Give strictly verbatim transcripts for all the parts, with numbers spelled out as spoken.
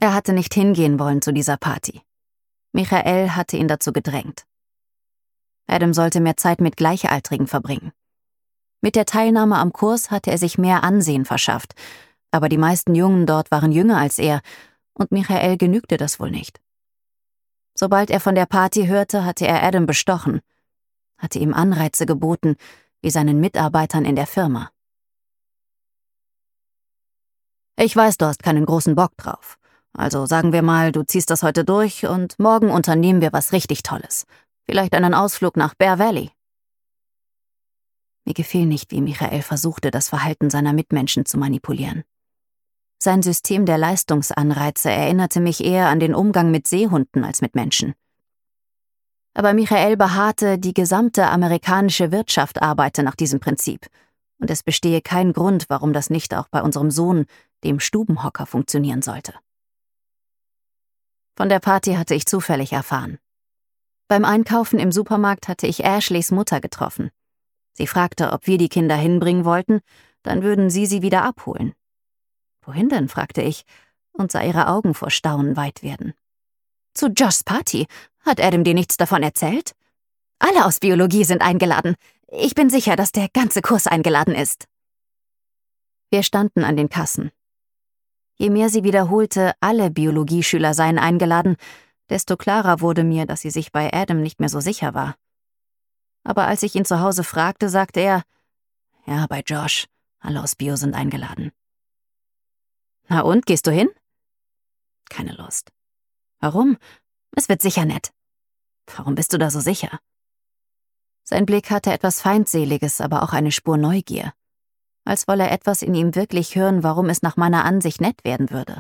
Er hatte nicht hingehen wollen zu dieser Party. Michael hatte ihn dazu gedrängt. Adam sollte mehr Zeit mit Gleichaltrigen verbringen. Mit der Teilnahme am Kurs hatte er sich mehr Ansehen verschafft, aber die meisten Jungen dort waren jünger als er, und Michael genügte das wohl nicht. Sobald er von der Party hörte, hatte er Adam bestochen, hatte ihm Anreize geboten, wie seinen Mitarbeitern in der Firma. »Ich weiß, du hast keinen großen Bock drauf. Also sagen wir mal, du ziehst das heute durch und morgen unternehmen wir was richtig Tolles. Vielleicht einen Ausflug nach Bear Valley.« Mir gefiel nicht, wie Michael versuchte, das Verhalten seiner Mitmenschen zu manipulieren. Sein System der Leistungsanreize erinnerte mich eher an den Umgang mit Seehunden als mit Menschen. Aber Michael beharrte, die gesamte amerikanische Wirtschaft arbeite nach diesem Prinzip, und es bestehe kein Grund, warum das nicht auch bei unserem Sohn, dem Stubenhocker, funktionieren sollte. Von der Party hatte ich zufällig erfahren. Beim Einkaufen im Supermarkt hatte ich Ashleys Mutter getroffen. Sie fragte, ob wir die Kinder hinbringen wollten, dann würden sie sie wieder abholen. »Wohin denn?« fragte ich und sah ihre Augen vor Staunen weit werden. »Zu Joshs Party. Hat Adam dir nichts davon erzählt? Alle aus Biologie sind eingeladen. Ich bin sicher, dass der ganze Kurs eingeladen ist.« Wir standen an den Kassen. Je mehr sie wiederholte, alle Biologieschüler seien eingeladen, desto klarer wurde mir, dass sie sich bei Adam nicht mehr so sicher war. Aber als ich ihn zu Hause fragte, sagte er, »Ja, bei Josh. Alle aus Bio sind eingeladen.« »Na und, gehst du hin?« »Keine Lust.« »Warum? Es wird sicher nett.« »Warum bist du da so sicher?« Sein Blick hatte etwas Feindseliges, aber auch eine Spur Neugier. Als wolle etwas in ihm wirklich hören, warum es nach meiner Ansicht nett werden würde.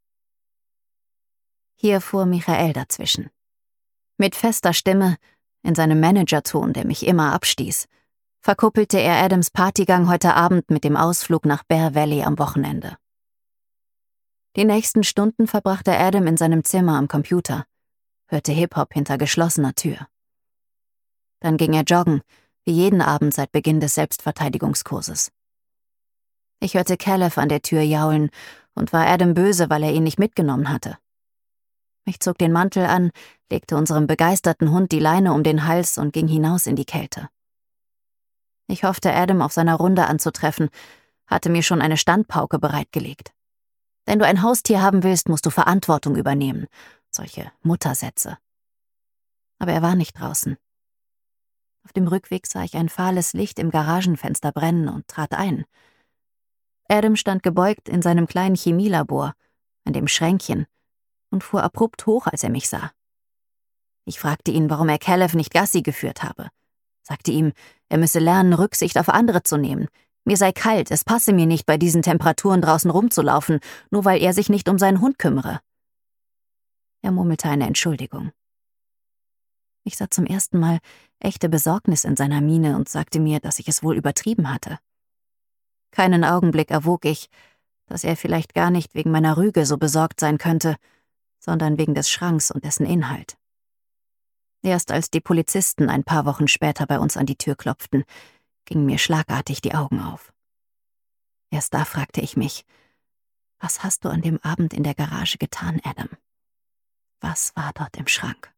Hier fuhr Michael dazwischen. Mit fester Stimme, in seinem Managerton, der mich immer abstieß, verkuppelte er Adams Partygang heute Abend mit dem Ausflug nach Bear Valley am Wochenende. Die nächsten Stunden verbrachte Adam in seinem Zimmer am Computer, hörte Hip-Hop hinter geschlossener Tür. Dann ging er joggen, wie jeden Abend seit Beginn des Selbstverteidigungskurses. Ich hörte Caleb an der Tür jaulen und war Adam böse, weil er ihn nicht mitgenommen hatte. Ich zog den Mantel an, legte unserem begeisterten Hund die Leine um den Hals und ging hinaus in die Kälte. Ich hoffte, Adam auf seiner Runde anzutreffen, hatte mir schon eine Standpauke bereitgelegt. Wenn du ein Haustier haben willst, musst du Verantwortung übernehmen. Solche Muttersätze. Aber er war nicht draußen. Auf dem Rückweg sah ich ein fahles Licht im Garagenfenster brennen und trat ein. Adam stand gebeugt in seinem kleinen Chemielabor, an dem Schränkchen, und fuhr abrupt hoch, als er mich sah. Ich fragte ihn, warum er Caleb nicht Gassi geführt habe. Sagte ihm, er müsse lernen, Rücksicht auf andere zu nehmen. Mir sei kalt, es passe mir nicht, bei diesen Temperaturen draußen rumzulaufen, nur weil er sich nicht um seinen Hund kümmere. Er murmelte eine Entschuldigung. Ich sah zum ersten Mal echte Besorgnis in seiner Miene und sagte mir, dass ich es wohl übertrieben hatte. Keinen Augenblick erwog ich, dass er vielleicht gar nicht wegen meiner Rüge so besorgt sein könnte, sondern wegen des Schranks und dessen Inhalt. Erst als die Polizisten ein paar Wochen später bei uns an die Tür klopften, gingen mir schlagartig die Augen auf. Erst da fragte ich mich, was hast du an dem Abend in der Garage getan, Adam? Was war dort im Schrank?